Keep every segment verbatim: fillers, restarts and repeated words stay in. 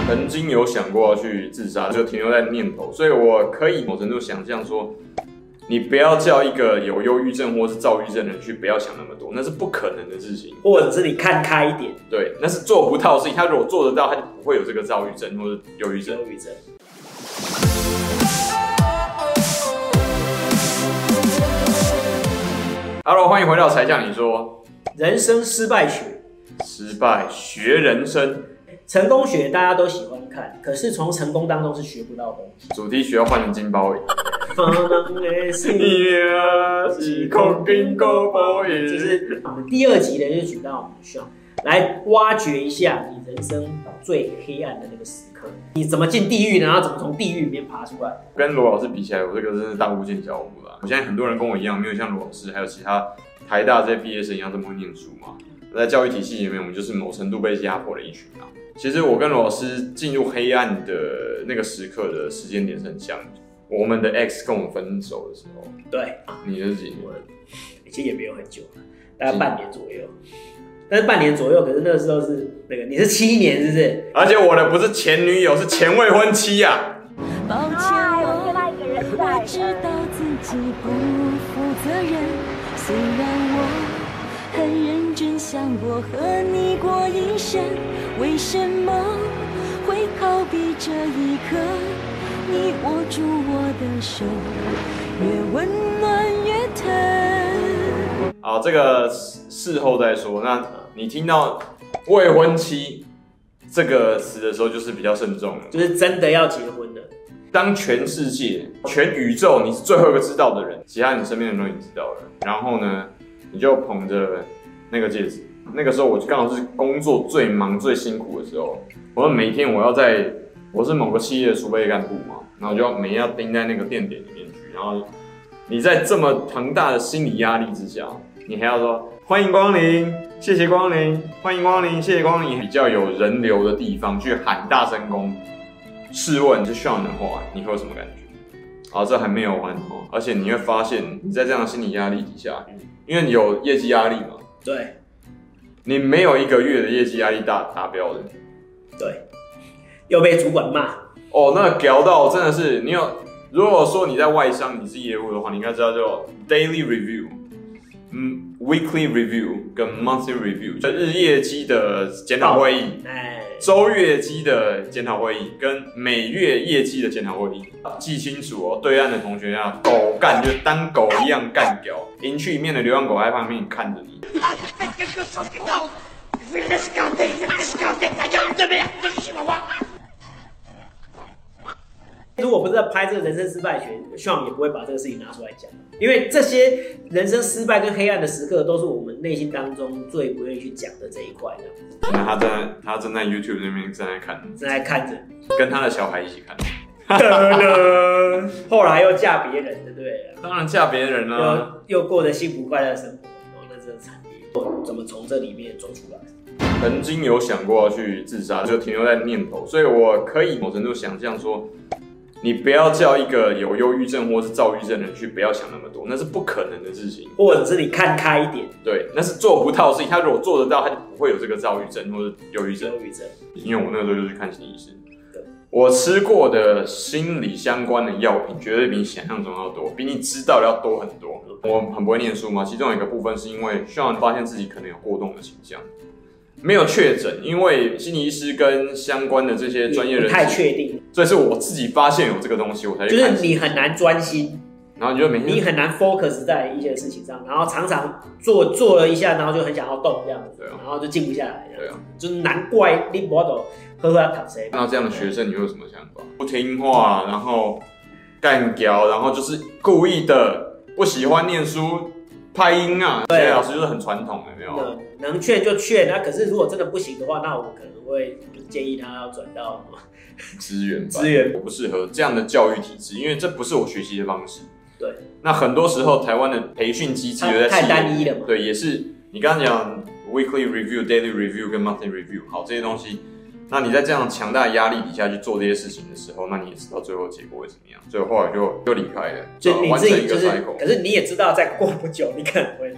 曾经有想过要去自杀，就停留在念头，所以我可以某程度想象说，你不要叫一个有忧郁症或是躁郁症的人去不要想那么多，那是不可能的事情。 或者是你看开一点， 对，那是做不到的事情。他如果做得到，他就不会有这个躁郁症或者忧郁症。 忧郁症。 Hello， 欢迎回到才向你说人生失败学， 失败学人生。 成功学大家都喜欢看，可是从成功当中是学不到东西。 主题曲要换成金包银。 就是我们第二集呢，就举到我们需要来挖掘一下你人生最黑暗的那个时刻，你怎么进地狱呢？然后怎么从地狱里面爬出来？ 跟罗老师比起来，我这个真是大巫见小巫啦。我现在很多人跟我一样，没有像罗老师还有其他台大这些毕业生一样这么会念书嘛。在教育体系里面，我们就是某程度被压迫的一群啊。其实我跟罗老师进入黑暗的那个时刻的时间点是很像的。我们的 X 跟我们分手的时候， 对， 你是几年？ 其实也没有很久，大概半年左右。但是半年左右，可是那个时候是那个你是七年，是不是？ 而且我的不是前女友，是前未婚妻啊。 抱歉，我我知道自己不负责任，虽然我很认真想过和你过一生，为什么会逃避这一刻？你握住我的手，越温暖越疼。 好，这个事后再说。那你听到未婚妻这个词的时候，就是比较慎重了， 就是真的要结婚了。 当全世界、全宇宙你是最后一个知道的人，其他你身边的人都已经知道了。然后呢，你就捧着那个戒指。那个时候我刚好是工作最忙、最辛苦的时候。我说每天我要在，我是某个企业的储备干部嘛，然后就要每天要盯在那个店点里面去。然后你在这么庞大的心理压力之下，你还要说欢迎光临，谢谢光临，欢迎光临，谢谢光临，比较有人流的地方去喊大声公。试问是Sean的话，你会有什么感觉？好，这还没有完哦，而且你会发现你在这样的心理压力底下，因为你有业绩压力嘛， 对， 你没有一个月的业绩压力达达标的， 对，又被主管骂， 哦，那屌到真的是你有。如果说你在外商你是业务的话，你应该知道叫 daily review， 嗯 ，weekly review 跟 monthly review， 日业绩的检讨会议。 哎。 周业绩的检讨会议跟每月业绩的检讨会议，记清楚哦。对岸的同学啊，狗干就当狗一样干屌，营区里面的流浪狗在旁边看着你。 如果不是在拍这个人生失败学，Sean也不会把这个事情拿出来讲，因为这些人生失败跟黑暗的时刻，都是我们内心当中最不愿意去讲的这一块的。 那他在他正在 YouTube 那边正在看， 正在看着， 跟他的小孩一起看。 后来又嫁别人，对不对？ 当然嫁别人了、啊， 又又过着幸福快乐的生活，哦，那真的惨烈。怎么从这里面走出来？ 曾经有想过要去自杀，就停留在念头，所以我可以某程度想象说。你不要叫一个有忧郁症或是躁郁症的人去不要想那么多，那是不可能的事情。 或者是你看开一点， 对，那是做不到的事情。他如果做得到，他就不会有这个躁郁症或者忧郁症。 忧郁症， 因为我那个时候就去看心理医师，我吃过的心理相关的药品绝对比你想象中要多，比你知道的要多很多。我很不会念书嘛，其中有一个部分是因为Sean发现自己可能有过动的倾向。没有确诊，因为心理医师跟相关的这些专业人士不太确定， 所以是我自己发现有这个东西，我才去看。 就是你很难专心， 然后你就每天你很难 focus 在一些事情上，然后常常做做了一下，然后就很想要动这样子， 对啊、 然后就静不下来， 对啊， 就是难怪你不懂喝喝读书。 那这样的学生你会有什么想法？不听话，然后干屌，然后就是故意的不喜欢念书。拍音啊，现在老师就是很传统的，有没有？ 能劝就劝，那可是如果真的不行的话，那我可能会建议他要转到资源班。 资源我不适合这样的教育体制，因为这不是我学习的方式。 对。那很多时候台湾的培训机制有在太单一了嘛？ 对，也是你刚刚讲 weekly review、daily review 跟 monthly review， 好，这些东西。那你在这样强大的压力底下去做这些事情的时候，那你也知道最后结果会怎么样，所以后来就就离开了， 就你自己就是， 完成一个 cycle。 可是你也知道，再过不久，你可能会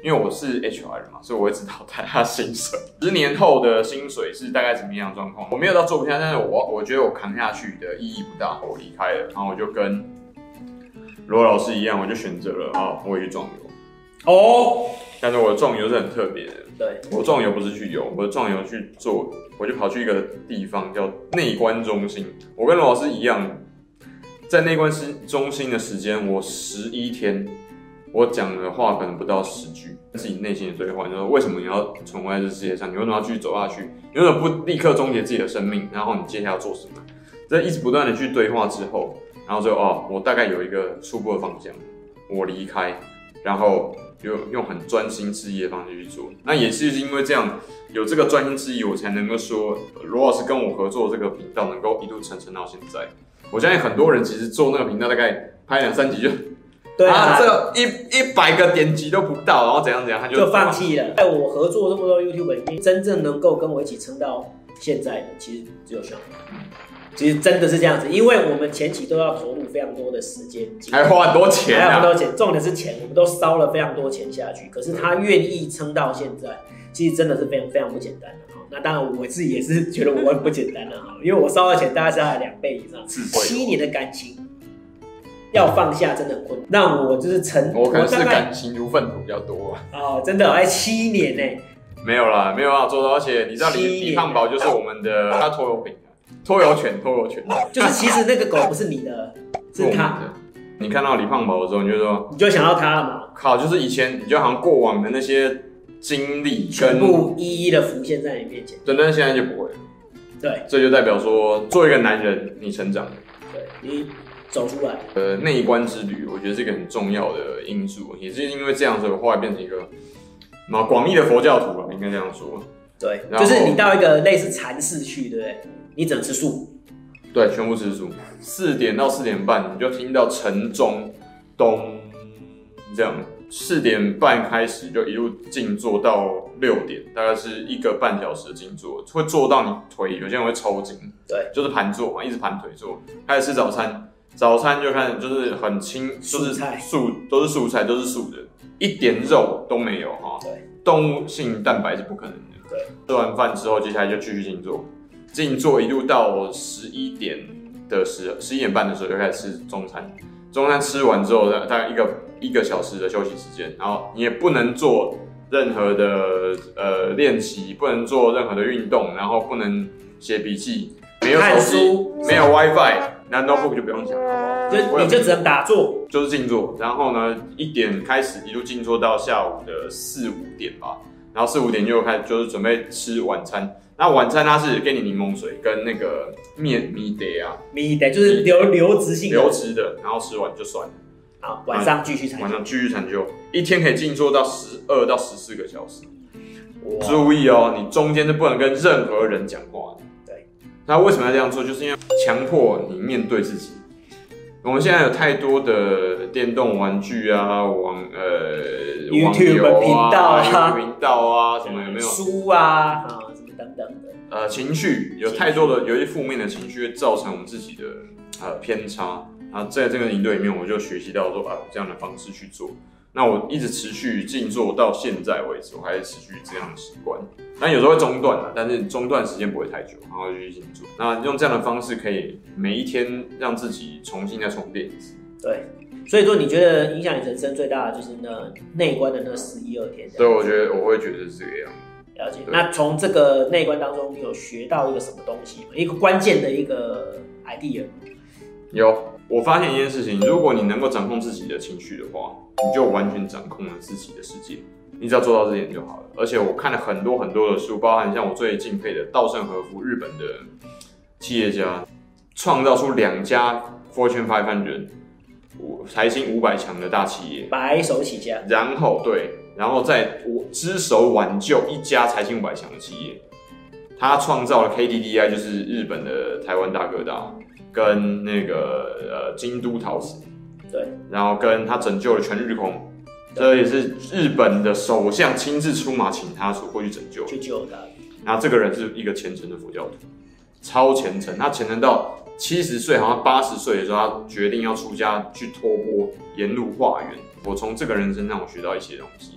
因为我是 H R 嘛，所以我会知道他的薪水。十年后的薪水是大概怎么样的状况？我没有到做不下，但是我我觉得我扛下去的意义不大，我离开了，然后我就跟罗老师一样，我就选择了啊，我也去壮游。 哦， 但是我的壮游是很特别的。 对， 我壮游不是去游，我的壮游去做，我就跑去一个地方叫内观中心。我跟罗老师一样，在内观中心的时间，我十一天。我讲的话可能不到十句，自己内心的对话，就是为什么你要存活在这世界上？你为什么要继续走下去？你为什么不立刻终结自己的生命？然后你接下来要做什么？这一直不断的去对话之后，然后就哦，我大概有一个初步的方向，我离开，然后用用很专心致意的方式去做。那也是因为这样，有这个专心致意，我才能够说罗老师跟我合作这个频道能够一路成长到现在。我相信很多人其实做那个频道大概拍两三集就。 对啊， 啊这一一百个点击都不到，然后怎样怎样，他就就放弃了。在我合作这么多 YouTuber 里面，真正能够跟我一起撑到现在的，其实只有Sean。其实真的是这样子，因为我们前期都要投入非常多的时间， 还花很多钱、啊， 还有很多钱。重点是钱，我们都烧了非常多钱下去。可是他愿意撑到现在，其实真的是非常非常不简单的。那当然，我自己也是觉得我很不简单的哈，因为我烧的钱大概是他的两倍以上，七年的感情。要放下真的很困难，那我就是成， 我可能是感情如粪土比较多哦，真的，还七年呢、欸， 没有啦，没有办法做到，而且你知道李李胖宝就是我们的他拖油瓶，拖油犬，拖油犬， 就是其实那个狗不是你的，是他的。 你看到李胖宝的时候，你就说， 你就想到他了嘛？ 靠，就是以前你就好像过往的那些经历， 全部一一的浮现在你面前。 对，但是现在就不会了。 对， 这就代表说，做一个男人，你成长了。 对，你。走出来， 呃，内观之旅，我觉得是一个很重要的因素，也是因为这样，所以我后来变成一个嘛广义的佛教徒吧，应该这样说。 对，就是你到一个类似禅寺去，对不对？你只能吃素， 对，全部吃素。四点到四点半，你就听到晨钟咚这样，四点半开始就一路静坐到六点，大概是一个半小时的静坐，会坐到你腿，有些人会抽筋， 对， 就是盘坐嘛，一直盘腿坐，开始吃早餐。早餐就看就是很轻，就是素都是素菜，都是素的，一点肉都没有哈。 对， 动物性蛋白是不可能的。 对， 吃完饭之后，接下来就继续静坐，静坐一路到十一点的时，十一点半的时候就开始吃中餐。中餐吃完之后，大概一个一个小时的休息时间，然后你也不能做任何的呃练习，不能做任何的运动，然后不能写笔记，没有手机，没有 WiFi。那 notebook 就不用讲了， 就你就只能打坐， 就是静坐。然后呢，一点开始一路静坐到下午的四五点吧。然后四五点就开始就是准备吃晚餐。那晚餐它是给你柠檬水跟那个面米得啊， 米得就是流流质性流质的，然后吃完就算了。 好，晚上继续禅， 晚上继续禅修，一天可以静坐到十二到十四个小时。注意哦，你中间是不能跟任何人讲话的。那为什么要这样做？就是因为强迫你面对自己。我们现在有太多的电动玩具啊，网呃 YouTube 频道啊， 频道啊，什么有没有书啊啊什么等等的。 呃，情绪有太多的有一些负面的情绪，会造成我们自己的呃偏差。啊，在这个营队里面，我就学习到说啊，这样的方式去做。那我一直持续静坐到现在为止，我还是持续这样的习惯。但有时候会中断了，但是中断时间不会太久，然后就去静坐。那用这样的方式，可以每一天让自己重新再充电一次。 对，所以说你觉得影响你人生最大的就是那内观的那十一二天？ 对，我觉得我会觉得是这个样子。 了解。那从这个内观当中，你有学到一个什么东西吗？一个关键的一个 idea？ 有，我发现一件事情，如果你能够掌控自己的情绪的话，你就完全掌控了自己的世界。你只要做到这点就好了。而且我看了很多很多的书，包含像我最敬佩的稻盛和夫，日本的企业家，创造出两家 Fortune 五百财经五百强的大企业， 白手起家。 然后对，然后再只手挽救一家财经五百强的企业。他创造了 K D D I， 就是日本的台湾大哥大，跟那个呃京都陶瓷， 对， 然后跟他拯救了全日空。这也是日本的首相亲自出马请他出过去拯救， 去救他。 然后这个人是一个虔诚的佛教徒，超虔诚。他虔诚到七十岁，好像八十岁的时候，他决定要出家去托钵，沿路化缘。我从这个人身上我学到一些东西。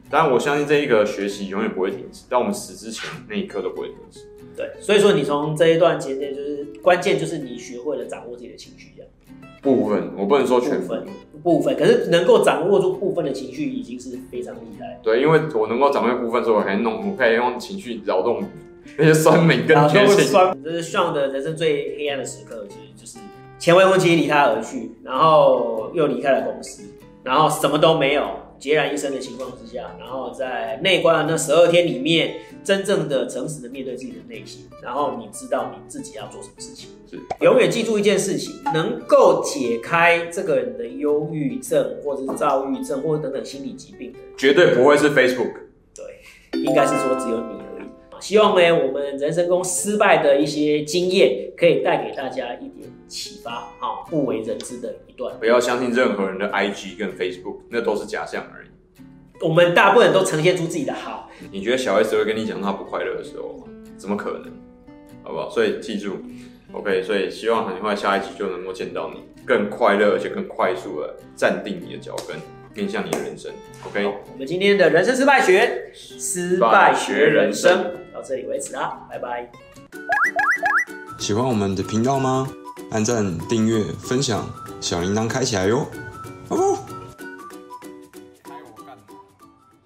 当然，我相信这一个学习永远不会停止，到我们死之前那一刻都不会停止。 对，所以说你从这一段节点，就是关键就是你学会了掌握自己的情绪，这样。 部分，我不能说全部部分，部分，可是能够掌握住部分的情绪，已经是非常厉害。 对，因为我能够掌握部分，所以我可以弄，我可以用情绪扰动那些酸民跟觉醒。 这是 Sean 的人生最黑暗的时刻，其实就是前未婚妻离他而去，然后又离开了公司，然后什么都没有，孑然一身的情况之下，然后在内观的那十二天里面，真正的诚实的面对自己的内心，然后你知道你自己要做什么事情。 是，永远记住一件事情，能够解开这个人的忧郁症，或者是躁郁症，或者等等心理疾病的， 绝对不会是 Facebook。 对，应该是说只有你而已。希望呢，我们人生中失败的一些经验，可以带给大家一点启发，好，不为人知的一段。 不要相信任何人的 I G 跟 Facebook， 那都是假象而已。 我们大部分人都呈现出自己的好。 你觉得小 S 会跟你讲他不快乐的时候吗？怎么可能？好不好？所以记住 ，OK， 所以希望很快下一集就能够见到你，更快乐而且更快速的站定你的脚跟，面向你的人生。OK， 我们今天的人生失败学，失败学人生到这里为止啦，拜拜。 喜欢我们的频道吗？按赞、订阅、分享，小铃铛开起来哟！哦。